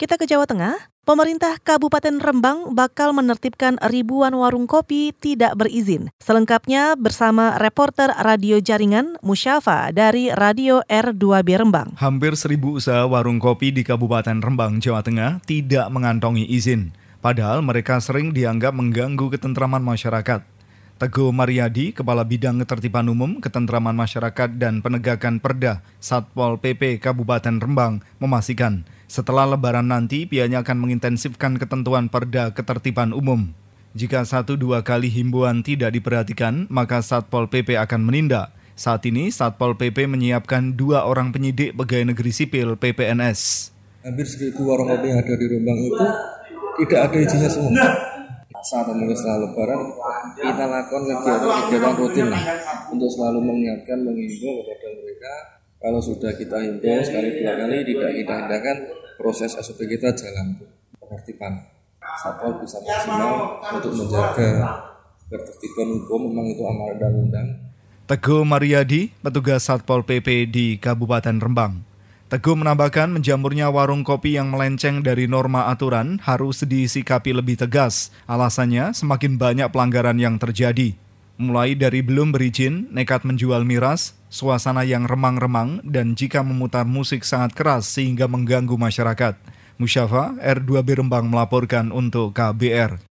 Kita ke Jawa Tengah. Pemerintah Kabupaten Rembang bakal menertibkan ribuan warung kopi tidak berizin. Selengkapnya bersama reporter radio jaringan Musyafa dari Radio R2B Rembang. Hampir 1.000 usaha warung kopi di Kabupaten Rembang, Jawa Tengah tidak mengantongi izin. Padahal mereka sering dianggap mengganggu ketentraman masyarakat. Teguh Mariadi, Kepala Bidang Ketertiban Umum, Ketentraman Masyarakat dan Penegakan Perda Satpol PP Kabupaten Rembang memastikan setelah Lebaran nanti pihaknya akan mengintensifkan ketentuan Perda Ketertiban Umum. Jika 1-2 kali himbauan tidak diperhatikan, maka Satpol PP akan menindak. Saat ini Satpol PP menyiapkan 2 orang penyidik pegawai negeri sipil PPNS. Hampir 1.000 warung kopi yang ada di Rembang itu tidak ada izinnya semua. Saat mungkin setelah Lebaran kita lakukan kegiatan rutin untuk selalu mengingatkan, menghimbau kepada mereka. Kalau sudah kita himbau sekali 2 kali tidak kita hindarkan, proses SOP kita jalan penertiban. Satpol bisa maksimal untuk menjaga ketertiban hukum, memang itu amanat undang-undang. Teguh Mariadi, petugas Satpol PP di Kabupaten Rembang. Teguh menambahkan menjamurnya warung kopi yang melenceng dari norma aturan harus disikapi lebih tegas. Alasannya semakin banyak pelanggaran yang terjadi. Mulai dari belum berizin, nekat menjual miras, suasana yang remang-remang, dan jika memutar musik sangat keras sehingga mengganggu masyarakat. Musyafa, R2B Rembang melaporkan untuk KBR.